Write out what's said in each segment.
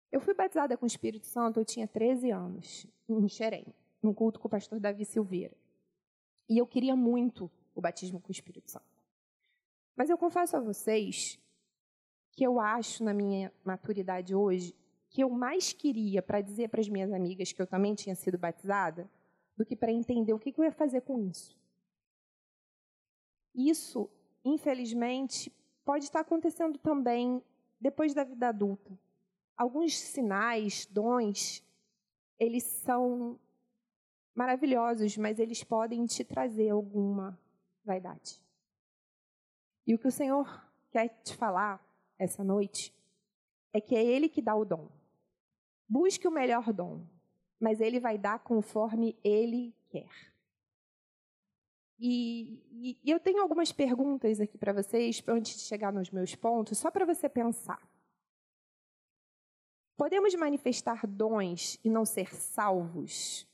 Eu fui batizada com o Espírito Santo, eu tinha 13 anos, em Xerém, num culto com o pastor Davi Silveira. E eu queria muito o batismo com o Espírito Santo. Mas eu confesso a vocês que eu acho, na minha maturidade hoje, que eu mais queria para dizer para as minhas amigas que eu também tinha sido batizada, do que para entender o que eu ia fazer com isso. Isso, infelizmente, pode estar acontecendo também depois da vida adulta. Alguns sinais, dons, eles são maravilhosos, mas eles podem te trazer alguma vaidade. E o que o Senhor quer te falar essa noite é que é Ele que dá o dom. Busque o melhor dom, mas Ele vai dar conforme Ele quer. E eu tenho algumas perguntas aqui para vocês, antes de chegar nos meus pontos, só para você pensar. Podemos manifestar dons e não ser salvos?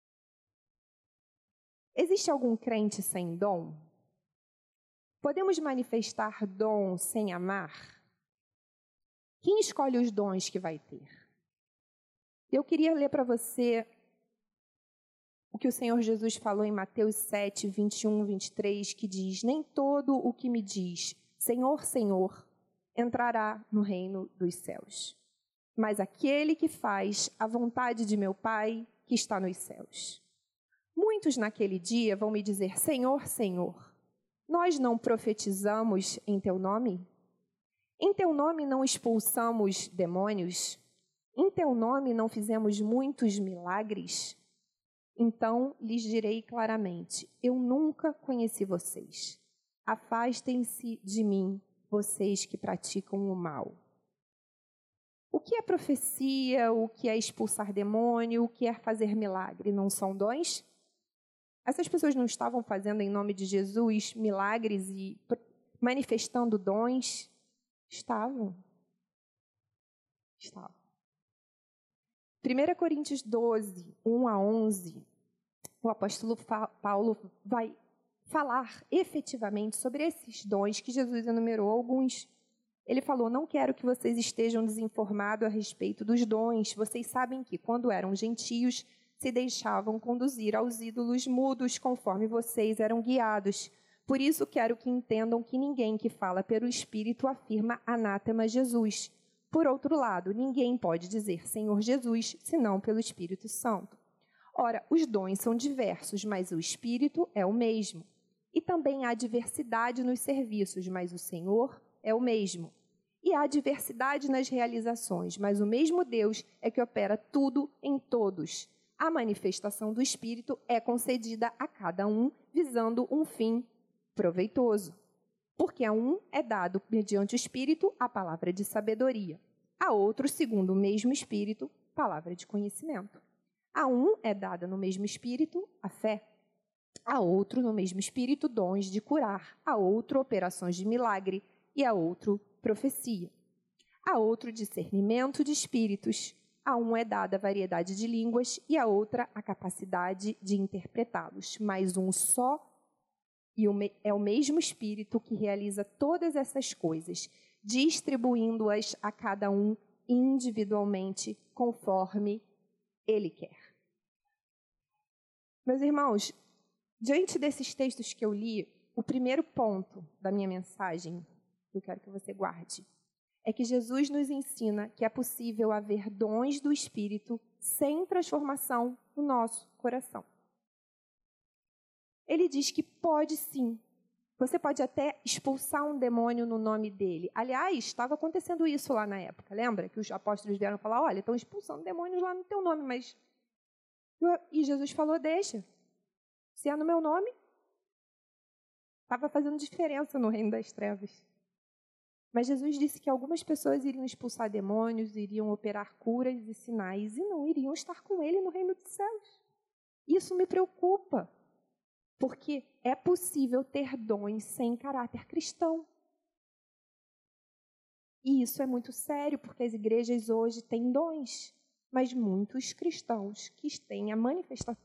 Existe algum crente sem dom? Podemos manifestar dom sem amar? Quem escolhe os dons que vai ter? Eu queria ler para você o que o Senhor Jesus falou em Mateus 7, 21, 23, que diz: nem todo o que me diz, Senhor, Senhor, entrará no reino dos céus, mas aquele que faz a vontade de meu Pai que está nos céus. Muitos naquele dia vão me dizer: Senhor, Senhor, nós não profetizamos em teu nome? Em teu nome não expulsamos demônios? Em teu nome não fizemos muitos milagres? Então lhes direi claramente: eu nunca conheci vocês. Afastem-se de mim, vocês que praticam o mal. O que é profecia? O que é expulsar demônio? O que é fazer milagre? Não são dons? Essas pessoas não estavam fazendo em nome de Jesus milagres e manifestando dons? Estavam. 1 Coríntios 12, 1 a 11, o apóstolo Paulo vai falar efetivamente sobre esses dons que Jesus enumerou alguns. Ele falou: não quero que vocês estejam desinformados a respeito dos dons. Vocês sabem que, quando eram gentios, se deixavam conduzir aos ídolos mudos, conforme vocês eram guiados. Por isso quero que entendam que ninguém que fala pelo Espírito afirma anátema Jesus. Por outro lado, ninguém pode dizer Senhor Jesus, senão pelo Espírito Santo. Ora, os dons são diversos, mas o Espírito é o mesmo. E também há diversidade nos serviços, mas o Senhor é o mesmo. E há diversidade nas realizações, mas o mesmo Deus é que opera tudo em todos. A manifestação do Espírito é concedida a cada um, visando um fim proveitoso. Porque a um é dado, mediante o Espírito, a palavra de sabedoria. A outro, segundo o mesmo Espírito, palavra de conhecimento. A um é dada no mesmo Espírito a fé. A outro, no mesmo Espírito, dons de curar. A outro, operações de milagre. E a outro, profecia. A outro, discernimento de espíritos. A um é dada a variedade de línguas e a outra a capacidade de interpretá-los. Mas um só e é o mesmo Espírito que realiza todas essas coisas, distribuindo-as a cada um individualmente, conforme Ele quer. Meus irmãos, diante desses textos que eu li, o primeiro ponto da minha mensagem, que eu quero que você guarde, é que Jesus nos ensina que é possível haver dons do Espírito sem transformação no nosso coração. Ele diz que pode sim. Você pode até expulsar um demônio no nome dele. Aliás, estava acontecendo isso lá na época. Lembra que os apóstolos vieram falar: olha, estão expulsando demônios lá no teu nome, mas... E Jesus falou: deixa. Se é no meu nome, estava fazendo diferença no reino das trevas. Mas Jesus disse que algumas pessoas iriam expulsar demônios, iriam operar curas e sinais, e não iriam estar com ele no reino dos céus. Isso me preocupa. Porque é possível ter dons sem caráter cristão. E isso é muito sério, porque as igrejas hoje têm dons, mas muitos cristãos que têm a manifestação.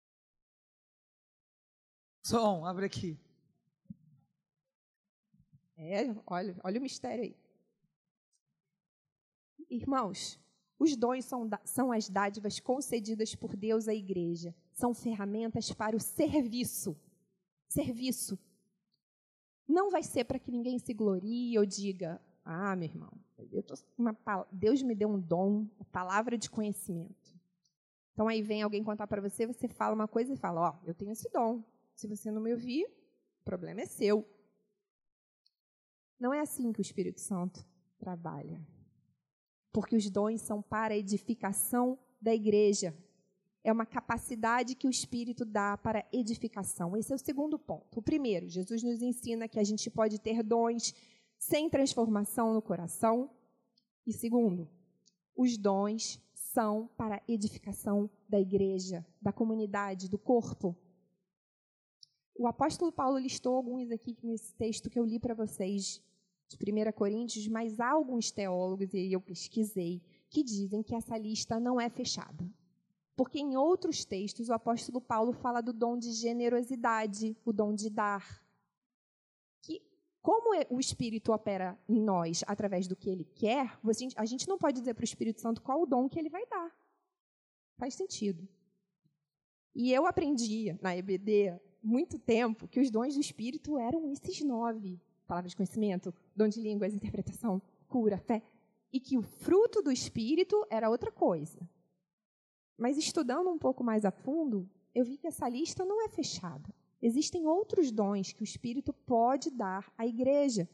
Som, abre aqui. Olha o mistério aí. Irmãos, os dons são as dádivas concedidas por Deus à igreja. São ferramentas para o serviço. Serviço. Não vai ser para que ninguém se glorie ou diga, meu irmão, Deus me deu um dom, a palavra de conhecimento. Então, aí vem alguém contar para você, você fala uma coisa e fala, eu tenho esse dom. Se você não me ouvir, o problema é seu. Não é assim que o Espírito Santo trabalha. Porque os dons são para a edificação da igreja. É uma capacidade que o Espírito dá para edificação. Esse é o segundo ponto. O primeiro, Jesus nos ensina que a gente pode ter dons sem transformação no coração. E segundo, os dons são para a edificação da igreja, da comunidade, do corpo. O apóstolo Paulo listou alguns aqui nesse texto que eu li para vocês, de 1 Coríntios, mas há alguns teólogos, e eu pesquisei, que dizem que essa lista não é fechada. Porque em outros textos o apóstolo Paulo fala do dom de generosidade, o dom de dar. Que, como o Espírito opera em nós através do que ele quer, a gente não pode dizer para o Espírito Santo qual o dom que ele vai dar. Faz sentido. E eu aprendi na EBD, muito tempo, que os dons do Espírito eram esses 9. Palavra de conhecimento, dom de línguas, interpretação, cura, fé. E que o fruto do Espírito era outra coisa. Mas estudando um pouco mais a fundo, eu vi que essa lista não é fechada. Existem outros dons que o Espírito pode dar à igreja.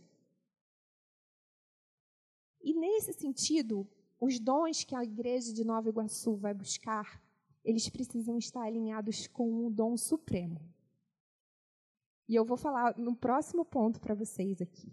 E nesse sentido, os dons que a igreja de Nova Iguaçu vai buscar, eles precisam estar alinhados com o dom supremo. E eu vou falar no próximo ponto para vocês aqui.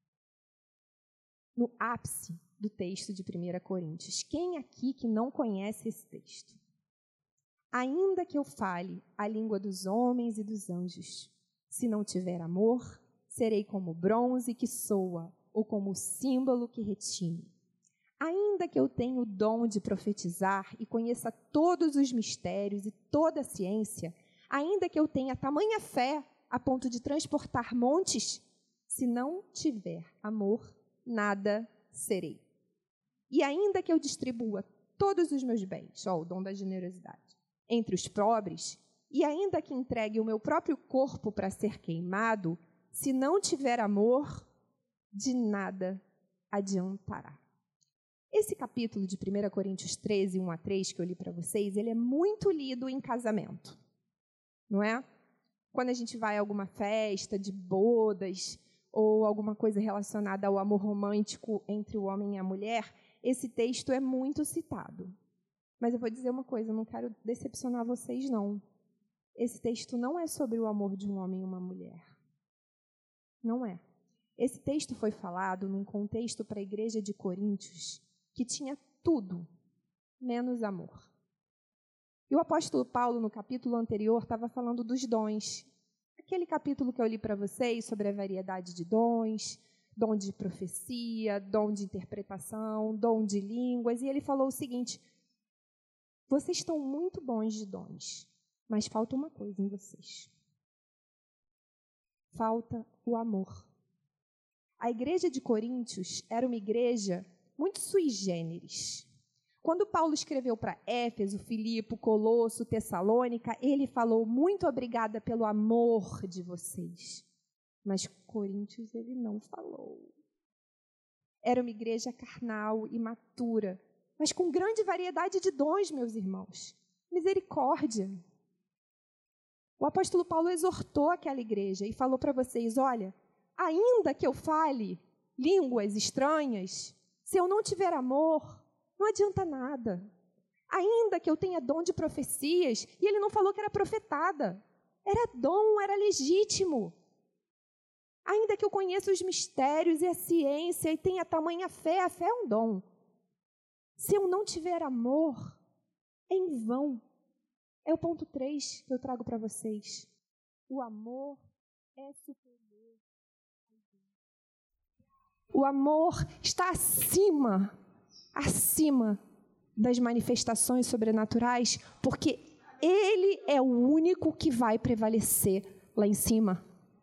No ápice do texto de 1 Coríntios. Quem aqui que não conhece esse texto? Ainda que eu fale a língua dos homens e dos anjos, se não tiver amor, serei como bronze que soa, ou como símbolo que retine. Ainda que eu tenha o dom de profetizar e conheça todos os mistérios e toda a ciência, ainda que eu tenha tamanha fé a ponto de transportar montes, se não tiver amor, nada serei. E ainda que eu distribua todos os meus bens, o dom da generosidade, entre os pobres, e ainda que entregue o meu próprio corpo para ser queimado, se não tiver amor, de nada adiantará. Esse capítulo de 1 Coríntios 13, 1 a 3, que eu li para vocês, ele é muito lido em casamento, não é? Quando a gente vai a alguma festa de bodas ou alguma coisa relacionada ao amor romântico entre o homem e a mulher, esse texto é muito citado. Mas eu vou dizer uma coisa, eu não quero decepcionar vocês, não. Esse texto não é sobre o amor de um homem e uma mulher. Não é. Esse texto foi falado num contexto para a igreja de Coríntios que tinha tudo, menos amor. E o apóstolo Paulo, no capítulo anterior, estava falando dos dons. Aquele capítulo que eu li para vocês sobre a variedade de dons, dom de profecia, dom de interpretação, dom de línguas. E ele falou o seguinte: vocês estão muito bons de dons, mas falta uma coisa em vocês. Falta o amor. A igreja de Coríntios era uma igreja muito sui generis. Quando Paulo escreveu para Éfeso, Filipe, Colosso, Tessalônica, ele falou: muito obrigada pelo amor de vocês. Mas Coríntios ele não falou. Era uma igreja carnal, imatura, mas com grande variedade de dons, meus irmãos. Misericórdia. O apóstolo Paulo exortou aquela igreja e falou para vocês: olha, ainda que eu fale línguas estranhas, se eu não tiver amor, não adianta nada. Ainda que eu tenha dom de profecias, e ele não falou que era profetada, era dom, era legítimo. Ainda que eu conheça os mistérios e a ciência e tenha tamanha fé, a fé é um dom. Se eu não tiver amor, é em vão. É o ponto 3 que eu trago para vocês. O amor é superior. O amor está acima das manifestações sobrenaturais, porque ele é o único que vai prevalecer lá em cima.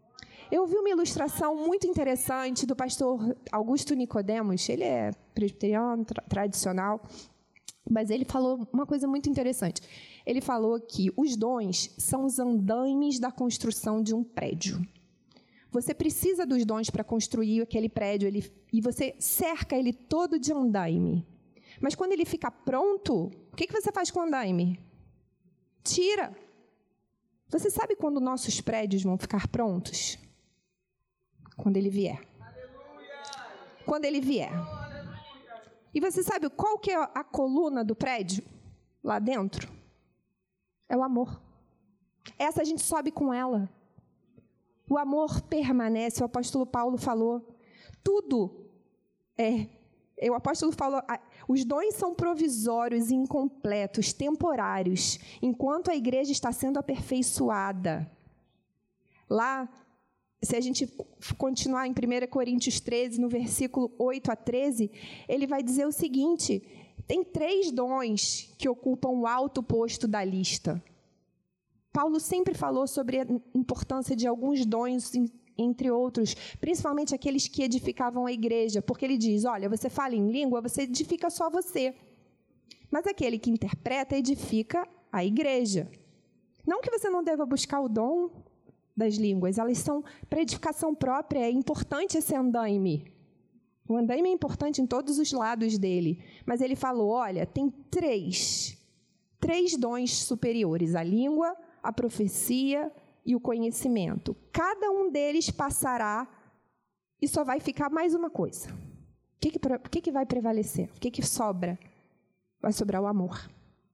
Eu vi uma ilustração muito interessante do pastor Augusto Nicodemos. Ele é presbiteriano, tradicional, mas ele falou uma coisa muito interessante. Ele falou que os dons são os andaimes da construção de um prédio. Você precisa dos dons para construir aquele prédio e você cerca ele todo de andaime. Mas quando ele fica pronto, o que você faz com o andaime? Tira. Você sabe quando nossos prédios vão ficar prontos? Quando ele vier. Quando ele vier. E você sabe qual que é a coluna do prédio lá dentro? É o amor. Essa a gente sobe com ela. O amor permanece, o apóstolo Paulo falou. Tudo o apóstolo falou, os dons são provisórios, incompletos, temporários, enquanto a igreja está sendo aperfeiçoada. Lá, se a gente continuar em 1 Coríntios 13, no versículo 8 a 13, ele vai dizer o seguinte: tem 3 dons que ocupam o alto posto da lista. Paulo sempre falou sobre a importância de alguns dons, entre outros, principalmente aqueles que edificavam a igreja, porque ele diz, olha, você fala em língua, você edifica só você. Mas aquele que interpreta, edifica a igreja. Não que você não deva buscar o dom das línguas, elas são para edificação própria, é importante esse andaime. O andaime é importante em todos os lados dele. Mas ele falou, olha, tem 3 dons superiores, a língua, a profecia e o conhecimento. Cada um deles passará e só vai ficar mais uma coisa. O que vai prevalecer? O que sobra? Vai sobrar o amor.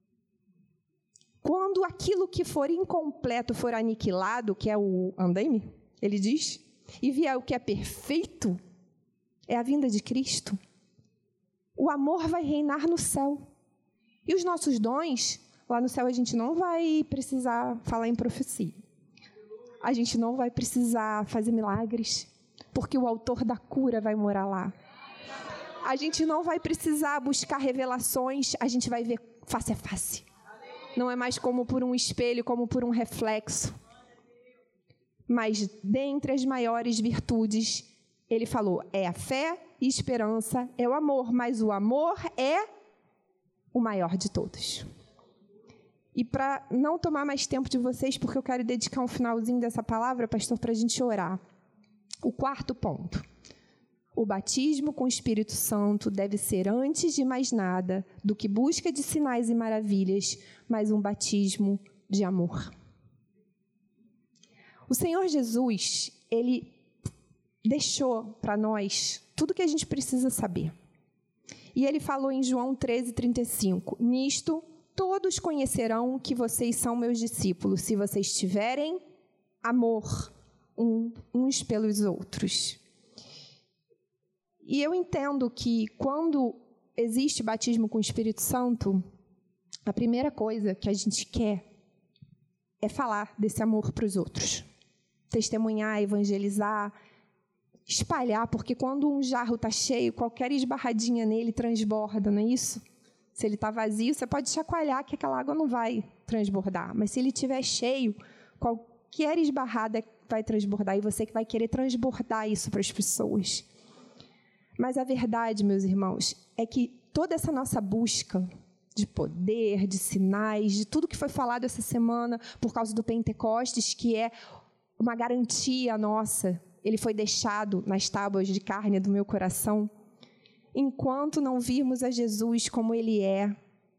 Quando aquilo que for incompleto for aniquilado, que é o andaime, ele diz, e vier o que é perfeito, é a vinda de Cristo, o amor vai reinar no céu. E os nossos dons, lá no céu a gente não vai precisar falar em profecia. A gente não vai precisar fazer milagres, porque o autor da cura vai morar lá. A gente não vai precisar buscar revelações, a gente vai ver face a face. Não é mais como por um espelho, como por um reflexo. Mas, dentre as maiores virtudes, ele falou, é a fé e esperança, é o amor, mas o amor é o maior de todos. E para não tomar mais tempo de vocês, porque eu quero dedicar um finalzinho dessa palavra, pastor, para a gente orar. O 4º ponto. O batismo com o Espírito Santo deve ser, antes de mais nada, do que busca de sinais e maravilhas, mas um batismo de amor. O Senhor Jesus, ele deixou para nós tudo que a gente precisa saber. E ele falou em João 13:35, nisto todos conhecerão que vocês são meus discípulos, se vocês tiverem amor uns pelos outros. E eu entendo que quando existe batismo com o Espírito Santo, a primeira coisa que a gente quer é falar desse amor para os outros. Testemunhar, evangelizar, espalhar, porque quando um jarro está cheio, qualquer esbarradinha nele transborda, não é isso? Se ele está vazio, você pode chacoalhar que aquela água não vai transbordar. Mas se ele estiver cheio, qualquer esbarrada vai transbordar e você que vai querer transbordar isso para as pessoas. Mas a verdade, meus irmãos, é que toda essa nossa busca de poder, de sinais, de tudo que foi falado essa semana por causa do Pentecostes, que é uma garantia nossa, ele foi deixado nas tábuas de carne do meu coração. Enquanto não virmos a Jesus como Ele é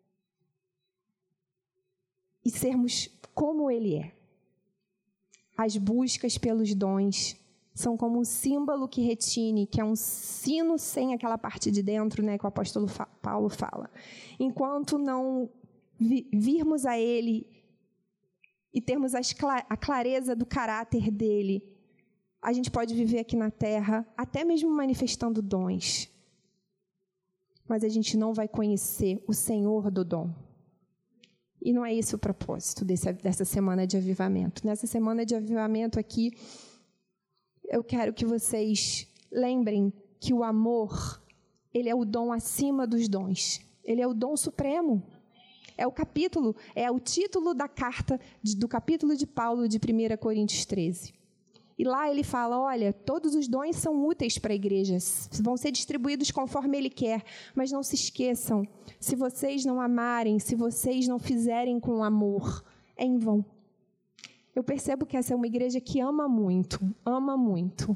e sermos como Ele é, as buscas pelos dons são como um símbolo que retine, que é um sino sem aquela parte de dentro, né, que o apóstolo Paulo fala. Enquanto não virmos a Ele e termos a clareza do caráter dEle, a gente pode viver aqui na terra, até mesmo manifestando dons, mas a gente não vai conhecer o Senhor do dom. E não é esse o propósito dessa semana de avivamento. Nessa semana de avivamento aqui, eu quero que vocês lembrem que o amor, ele é o dom acima dos dons. Ele é o dom supremo. É o título da carta do capítulo de Paulo de 1 Coríntios 13. E lá ele fala, olha, todos os dons são úteis para a igreja, vão ser distribuídos conforme ele quer, mas não se esqueçam, se vocês não amarem, se vocês não fizerem com amor, é em vão. Eu percebo que essa é uma igreja que ama muito, ama muito.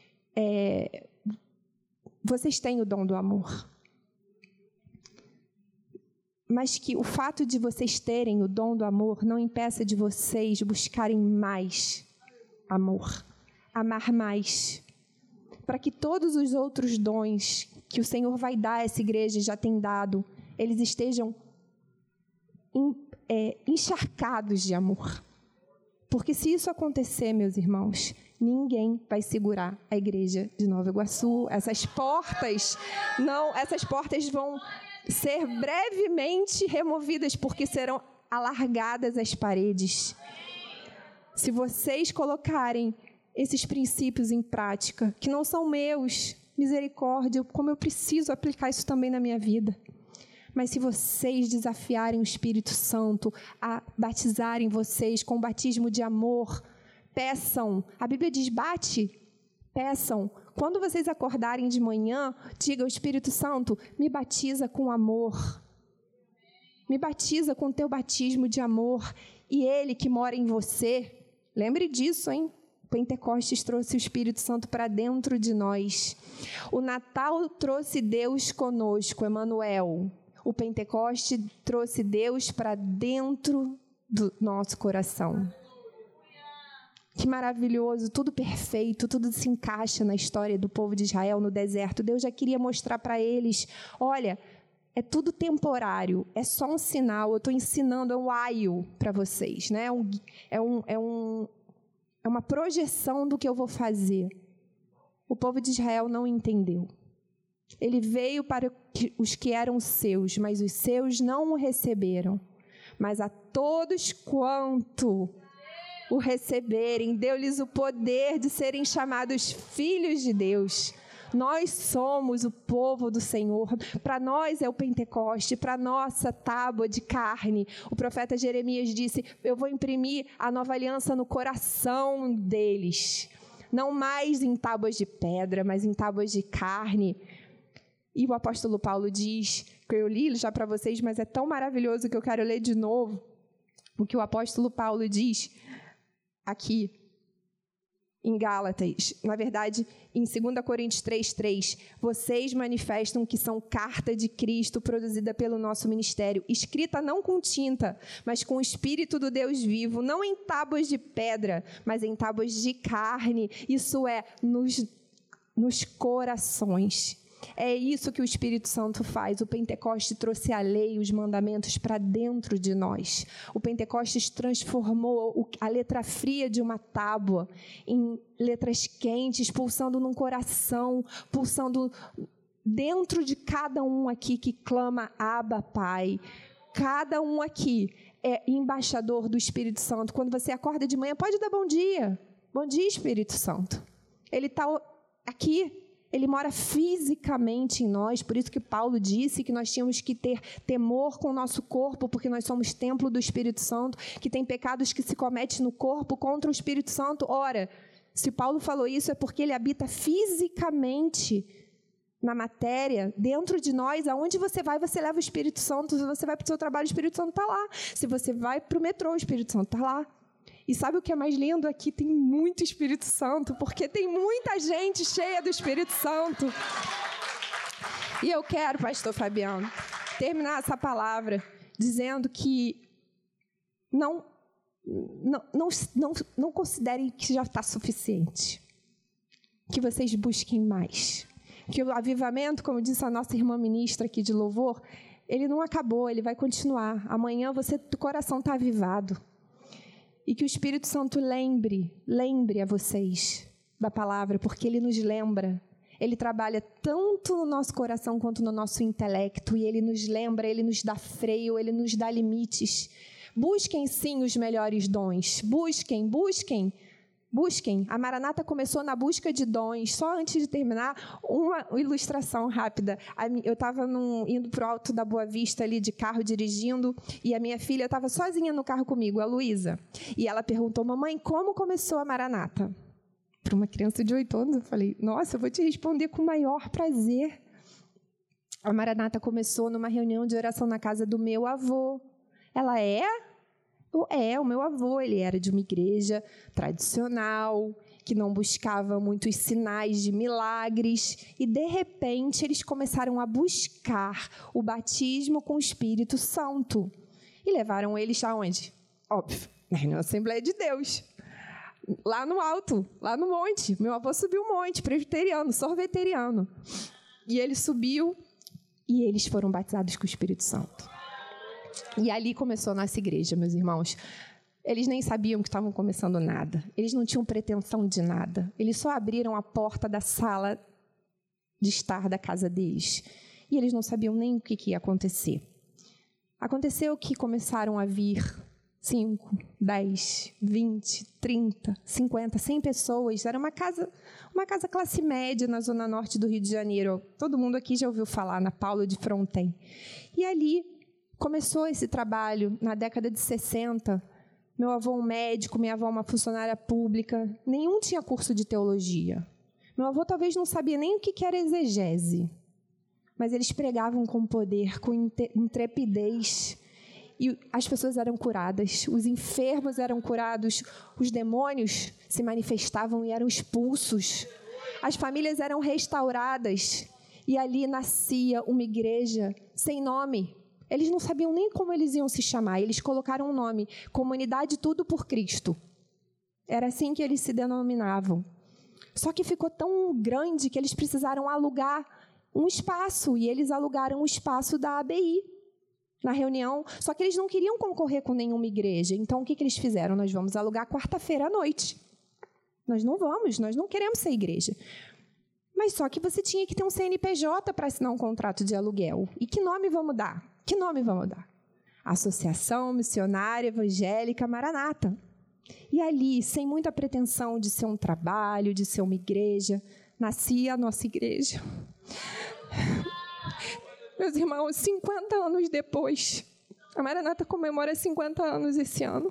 Vocês têm o dom do amor. Mas que o fato de vocês terem o dom do amor não impeça de vocês buscarem mais amor, amar mais, para que todos os outros dons que o Senhor vai dar a essa igreja, já tem dado, eles estejam encharcados de amor. Porque se isso acontecer, meus irmãos, ninguém vai segurar a igreja de Nova Iguaçu. Essas portas vão ser brevemente removidas, porque serão alargadas as paredes. Se vocês colocarem esses princípios em prática, que não são meus, misericórdia, como eu preciso aplicar isso também na minha vida. Mas se vocês desafiarem o Espírito Santo a batizarem vocês com o batismo de amor, peçam. A Bíblia diz, bate, peçam. Quando vocês acordarem de manhã, diga ao Espírito Santo, me batiza com amor. Me batiza com o teu batismo de amor. E Ele que mora em você, lembre disso, hein? Pentecostes trouxe o Espírito Santo para dentro de nós. O Natal trouxe Deus conosco, Emanuel. O Pentecoste trouxe Deus para dentro do nosso coração. Que maravilhoso, tudo perfeito, tudo se encaixa na história do povo de Israel no deserto. Deus já queria mostrar para eles, olha, é tudo temporário, é só um sinal, eu estou ensinando, é um aio para vocês, né? É uma projeção do que eu vou fazer. O povo de Israel não entendeu. Ele veio para os que eram seus, mas os seus não o receberam. Mas a todos quanto o receberem, deu-lhes o poder de serem chamados filhos de Deus. Nós somos o povo do Senhor. Para nós é o Pentecoste, para nossa tábua de carne. O profeta Jeremias disse, eu vou imprimir a nova aliança no coração deles. Não mais em tábuas de pedra, mas em tábuas de carne. E o apóstolo Paulo diz, que eu li já para vocês, mas é tão maravilhoso que eu quero ler de novo, o que o apóstolo Paulo diz aqui em Gálatas, na verdade, em 2 Coríntios 3:3, vocês manifestam que são carta de Cristo produzida pelo nosso ministério, escrita não com tinta, mas com o Espírito do Deus vivo, não em tábuas de pedra, mas em tábuas de carne, isso é, nos corações. É isso que o Espírito Santo faz. O Pentecoste trouxe a lei, os mandamentos para dentro de nós. O Pentecostes transformou a letra fria de uma tábua em letras quentes, pulsando num coração, pulsando dentro de cada um aqui que clama Abba, Pai. Cada um aqui é embaixador do Espírito Santo. Quando você acorda de manhã, pode dar bom dia. Bom dia, Espírito Santo. Ele está aqui. Ele mora fisicamente em nós, por isso que Paulo disse que nós tínhamos que ter temor com o nosso corpo, porque nós somos templo do Espírito Santo, que tem pecados que se cometem no corpo contra o Espírito Santo. Ora, se Paulo falou isso é porque ele habita fisicamente na matéria, dentro de nós. Aonde você vai, você leva o Espírito Santo. Se você vai para o seu trabalho, o Espírito Santo está lá. Se você vai para o metrô, o Espírito Santo está lá. E sabe o que é mais lindo? Aqui tem muito Espírito Santo, porque tem muita gente cheia do Espírito Santo. E eu quero, pastor Fabiano, terminar essa palavra dizendo que não considerem que já está suficiente. Que vocês busquem mais. Que o avivamento, como disse a nossa irmã ministra aqui de louvor, ele não acabou, ele vai continuar. Amanhã o coração está avivado. E que o Espírito Santo lembre a vocês da palavra, porque Ele nos lembra. Ele trabalha tanto no nosso coração quanto no nosso intelecto, e Ele nos lembra, Ele nos dá freio, Ele nos dá limites. Busquem sim os melhores dons, busquem. A Maranata começou na busca de dons. Só antes de terminar, uma ilustração rápida. Eu estava indo para o Alto da Boa Vista ali de carro, dirigindo, e a minha filha estava sozinha no carro comigo, a Luísa. E ela perguntou, mamãe, como começou a Maranata? Para uma criança de 8 anos, eu falei, nossa, eu vou te responder com o maior prazer. A Maranata começou numa reunião de oração na casa do meu avô. Ela o meu avô, ele era de uma igreja tradicional, que não buscava muitos sinais de milagres, e, de repente, eles começaram a buscar o batismo com o Espírito Santo. E levaram eles aonde? Óbvio, na Assembleia de Deus. Lá no alto, lá no monte. Meu avô subiu um monte, presbiteriano, sorveteriano. E ele subiu e eles foram batizados com o Espírito Santo. E ali começou a nossa igreja, meus irmãos. Eles nem sabiam que estavam começando nada. Eles não tinham pretensão de nada. Eles só abriram a porta da sala de estar da casa deles. E eles não sabiam nem o que ia acontecer. Aconteceu que começaram a vir 5, 10, 20, 30, 50, 100 pessoas. Era uma casa classe média na zona norte do Rio de Janeiro. Todo mundo aqui já ouviu falar na Paula de Fronten. E ali começou esse trabalho na década de 60. Meu avô um médico, minha avó uma funcionária pública. Nenhum tinha curso de teologia. Meu avô talvez não sabia nem o que era exegese. Mas eles pregavam com poder, com intrepidez. E as pessoas eram curadas, os enfermos eram curados, os demônios se manifestavam e eram expulsos. As famílias eram restauradas. E ali nascia uma igreja sem nome. Eles não sabiam nem como eles iam se chamar. Eles colocaram um nome, Comunidade Tudo por Cristo. Era assim que eles se denominavam. Só que ficou tão grande que eles precisaram alugar um espaço. E eles alugaram o espaço da ABI na reunião. Só que eles não queriam concorrer com nenhuma igreja. Então, o que eles fizeram? Nós vamos alugar quarta-feira à noite. Nós não queremos ser igreja. Mas só que você tinha que ter um CNPJ para assinar um contrato de aluguel. E que nome vamos dar? Associação Missionária Evangélica Maranata. E ali, sem muita pretensão de ser um trabalho, de ser uma igreja, nascia a nossa igreja. Meus irmãos, 50 anos depois, a Maranata comemora 50 anos esse ano.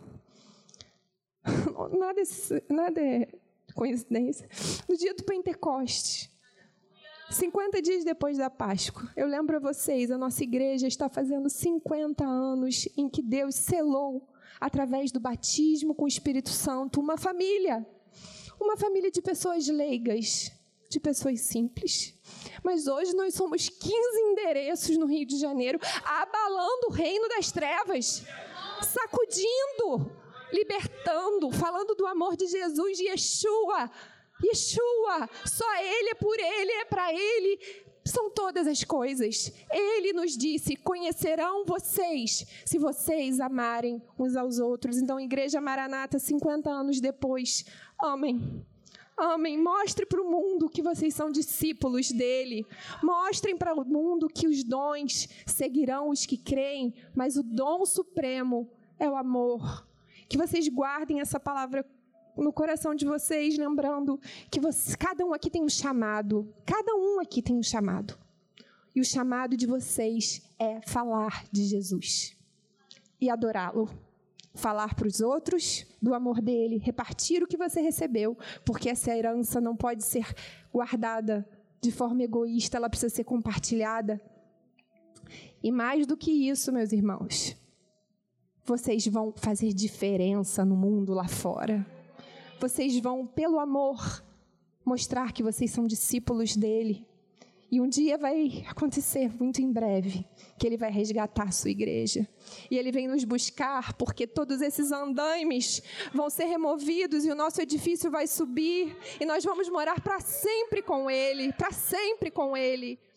Nada é coincidência. No dia do Pentecostes, 50 dias depois da Páscoa, eu lembro a vocês, a nossa igreja está fazendo 50 anos em que Deus selou, através do batismo com o Espírito Santo, uma família de pessoas leigas, de pessoas simples. Mas hoje nós somos 15 endereços no Rio de Janeiro, abalando o reino das trevas, sacudindo, libertando, falando do amor de Jesus, de Yeshua, só Ele é por Ele, é para Ele, são todas as coisas. Ele nos disse, conhecerão vocês, se vocês amarem uns aos outros. Então, Igreja Maranata, 50 anos depois, amém. Mostre para o mundo que vocês são discípulos dele. Mostrem para o mundo que os dons seguirão os que creem, mas o dom supremo é o amor. Que vocês guardem essa palavra no coração de vocês, lembrando que cada um aqui tem um chamado. E o chamado de vocês é falar de Jesus e adorá-lo. Falar para os outros do amor dele, repartir o que você recebeu, porque essa herança não pode ser guardada de forma egoísta, ela precisa ser compartilhada. E mais do que isso, meus irmãos, vocês vão fazer diferença no mundo lá fora. Vocês vão, pelo amor, mostrar que vocês são discípulos dele. E um dia vai acontecer, muito em breve, que ele vai resgatar a sua igreja. E ele vem nos buscar, porque todos esses andaimes vão ser removidos e o nosso edifício vai subir. E nós vamos morar para sempre com ele,